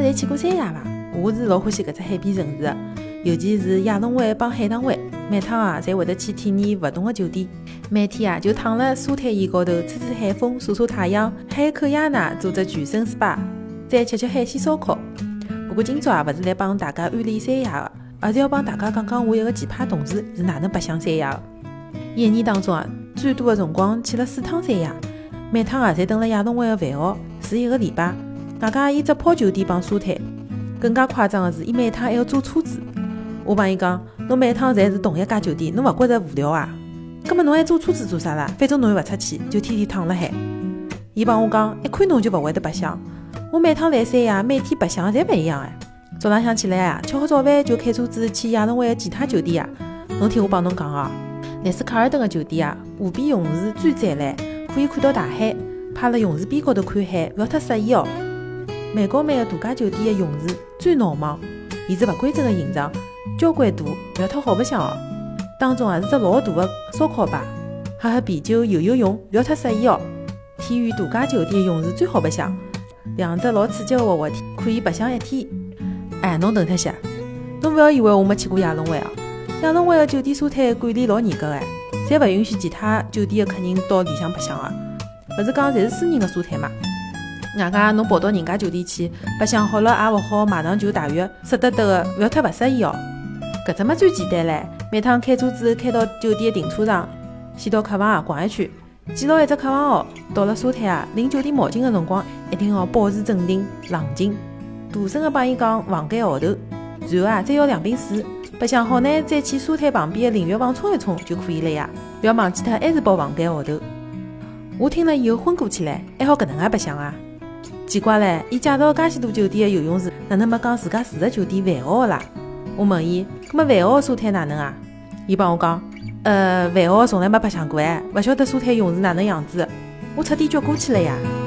侪去过三亚伐？我是老欢喜搿只海边城市的，尤其是夜总会帮海棠湾，每趟啊侪会得去体验勿同的酒店。每天啊就躺辣沙滩椅高头吹吹海风，晒晒太阳，喝一口椰奶，做只全身 SPA， 再吃吃海鲜烧烤。不过今朝啊勿是来帮大家安利三亚的，而是要帮大家讲讲我一个奇葩同事是哪能白相三亚的。一年当中啊最多的辰光去了4趟三亚，每趟啊侪蹲辣夜总会的饭号住1个礼拜，外加伊只泡酒店帮沙滩。更加夸张的是，伊每趟还要租车子。我帮伊讲，侬每趟侪是同一家酒店，侬勿觉着无聊啊？葛末侬还租车子做啥啦？反正侬又勿出去，就天天躺辣海。伊帮我讲，一看侬就勿会得白相。我每趟来三亚，每天白相侪勿一样哎。早浪向起来啊，吃好早饭就开车子去夜总会的其他酒店啊。侬听我帮侬讲哦，丽思卡尔顿的酒店啊，湖边泳池最湛蓝，可以看到大海，趴辣泳池边高头看海，勿要太适意哦。美高美的度假酒店的泳池最闹忙，伊是勿规则的形状，交关大，勿要太好白相哦。当中啊是只老大的烧烤吧，喝啤酒、游泳，勿要太适意哦。天域度假酒店的泳池最好白相，2只老刺激的滑滑梯，可以白相1天。哎，侬等脱些，侬勿要以为我没去过夜总会啊！夜总会的酒店沙滩管理老严格哎，侪勿允许其他酒店的客人到里向白相啊。勿是讲侪是私人的沙滩嘛？外加侬跑到人家酒店去白相好了也勿好马上就洗浴，湿得得的，勿要太勿适意哦。搿只么最简单唻，每趟开车子开到酒店的停车场，先到客房啊逛一圈，记牢一只客房号。到了沙滩啊，领酒店毛巾的辰光，一定要保持镇定冷静，大声的帮伊讲房间号头，然后啊再要2瓶水，白相好呢再去沙滩旁边的淋浴房冲一冲就可以了呀。勿要忘记脱还是报房间号头。我听了以后昏过去唻，还好搿能介白相啊！奇怪唻，伊介绍介许多酒店的游泳池，哪能没讲自家住的酒店饭号的啦？我问伊，搿么饭号的沙滩哪能啊？伊帮我讲，饭号从来没白相过哎，勿晓得沙滩泳池哪能样子。我彻底叫过去了呀！